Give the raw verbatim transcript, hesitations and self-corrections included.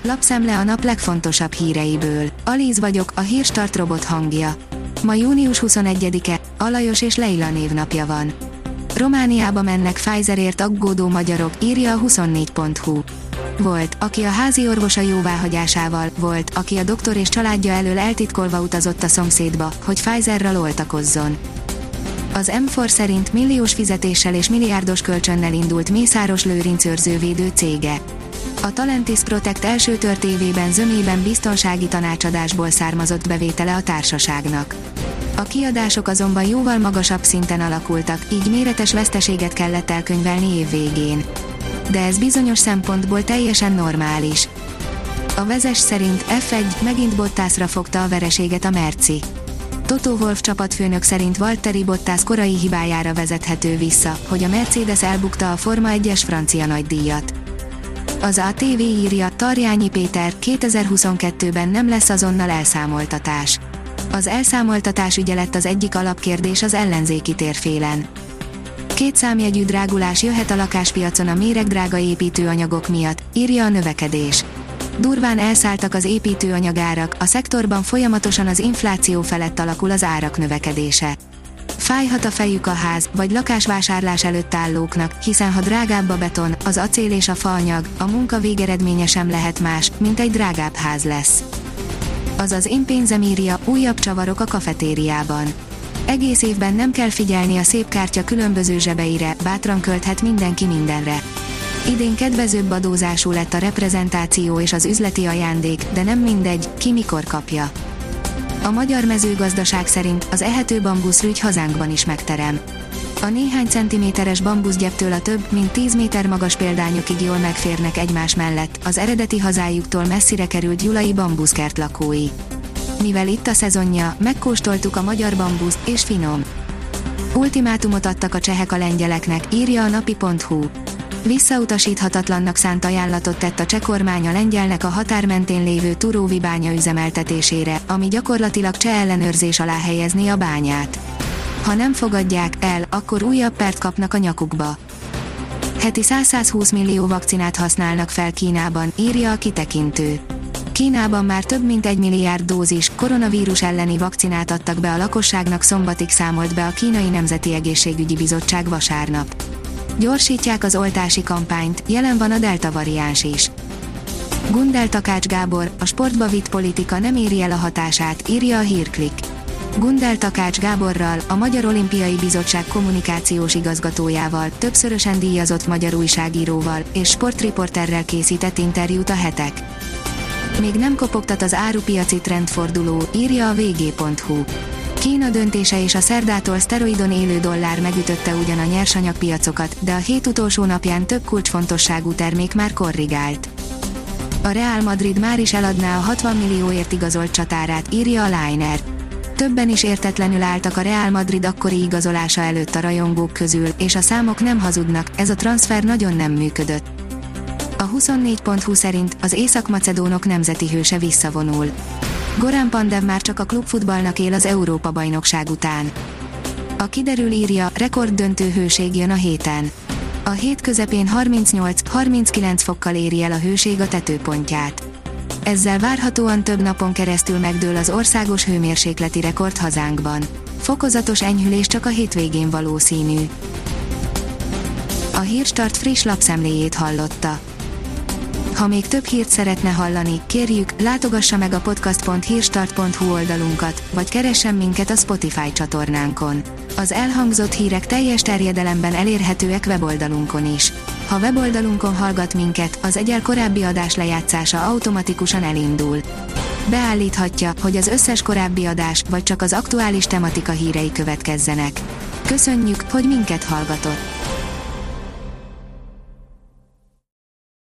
lapszemle a nap legfontosabb híreiből. Alíz vagyok, a Hírstart robot hangja. Ma június huszonegyedike, Alajos és Leila névnapja van. Romániába mennek Pfizerért aggódó magyarok, írja a huszonnégy pont hu. Volt, aki a házi orvosa jóváhagyásával, volt, aki a doktor és családja elől eltitkolva utazott a szomszédba, hogy Pfizerral oltakozzon. Az em négy szerint milliós fizetéssel és milliárdos kölcsönnel indult Mészáros Lőrinc őrzővédő cége. A Talentis Protect első tört évében zömében biztonsági tanácsadásból származott bevétele a társaságnak. A kiadások azonban jóval magasabb szinten alakultak, így méretes veszteséget kellett elkönyvelni év végén. De ez bizonyos szempontból teljesen normális. A Vezes szerint ef egy megint Bottasra fogta a vereséget a Merci. Toto Wolff csapatfőnök szerint Valtteri Bottas korai hibájára vezethető vissza, hogy a Mercedes elbukta a Forma egyes francia nagydíjat. Az á té vé írja, Tarjányi Péter, kétezer-huszonkettőben nem lesz azonnal elszámoltatás. Az elszámoltatás ügye lett az egyik alapkérdés az ellenzéki térfélen. Két számjegyű drágulás jöhet a lakáspiacon a méregdrága építőanyagok miatt, írja a Növekedés. Durván elszálltak az építőanyagárak, a szektorban folyamatosan az infláció felett alakul az árak növekedése. Fájhat a fejük a ház, vagy lakásvásárlás előtt állóknak, hiszen ha drágább a beton, az acél és a faanyag, a munka végeredménye sem lehet más, mint egy drágább ház lesz. Azaz Én pénzem írja, újabb csavarok a kafetériában. Egész évben nem kell figyelni a szép kártya különböző zsebeire, bátran költhet mindenki mindenre. Idén kedvezőbb adózású lett a reprezentáció és az üzleti ajándék, de nem mindegy, ki mikor kapja. A magyar mezőgazdaság szerint az ehető bambuszrügy hazánkban is megterem. A néhány centiméteres bambuszgyeptől a több, mint tíz méter magas példányokig jól megférnek egymás mellett, az eredeti hazájuktól messzire került gyulai bambuszkert lakói. Mivel itt a szezonja, megkóstoltuk a magyar bambuszt, és finom. Ultimátumot adtak a csehek a lengyeleknek, írja a napi pont hu. Visszautasíthatatlannak szánt ajánlatot tett a cseh kormány a lengyelnek a határ mentén lévő Turóvi bánya üzemeltetésére, ami gyakorlatilag cseh ellenőrzés alá helyezni a bányát. Ha nem fogadják el, akkor újabb pert kapnak a nyakukba. Heti száz-százhúsz millió vakcinát használnak fel Kínában, írja a Kitekintő. Kínában már több mint egy milliárd dózis koronavírus elleni vakcinát adtak be a lakosságnak, szombatig számolt be a Kínai Nemzeti Egészségügyi Bizottság vasárnap. Gyorsítják az oltási kampányt, jelen van a delta variáns is. Gundel Takács Gábor, a sportba vitt politika nem éri el a hatását, írja a Hírklik. Gundel Takács Gáborral, a Magyar Olimpiai Bizottság kommunikációs igazgatójával, többszörösen díjazott magyar újságíróval és sportriporterrel készített interjút a Hetek. Még nem kopogtat az árupiaci trendforduló, írja a vg pont hu. Kína döntése és a szerdától szteroidon élő dollár megütötte ugyan a nyersanyagpiacokat, de a hét utolsó napján több kulcsfontosságú termék már korrigált. A Real Madrid már is eladná a hatvan millióért igazolt csatárát, írja a Liner. Többen is értetlenül álltak a Real Madrid akkori igazolása előtt a rajongók közül, és a számok nem hazudnak, ez a transfer nagyon nem működött. A huszonnégy pont hu szerint az észak-macedónok nemzeti hőse visszavonul. Goran Pandev már csak a klubfutballnak él az Európa-bajnokság után. A Kiderül írja, rekorddöntő hőség jön a héten. A hét közepén harmincnyolc-harminckilenc fokkal éri el a hőség a tetőpontját. Ezzel várhatóan több napon keresztül megdől az országos hőmérsékleti rekord hazánkban. Fokozatos enyhülés csak a hétvégén valószínű. A Hírstart friss lapszemléjét hallotta. Ha még több hírt szeretne hallani, kérjük, látogassa meg a podcast pont hírstart pont hu oldalunkat, vagy keressen minket a Spotify csatornánkon. Az elhangzott hírek teljes terjedelemben elérhetőek weboldalunkon is. Ha weboldalunkon hallgat minket, az egyel korábbi adás lejátszása automatikusan elindul. Beállíthatja, hogy az összes korábbi adás, vagy csak az aktuális tematika hírei következzenek. Köszönjük, hogy minket hallgatott!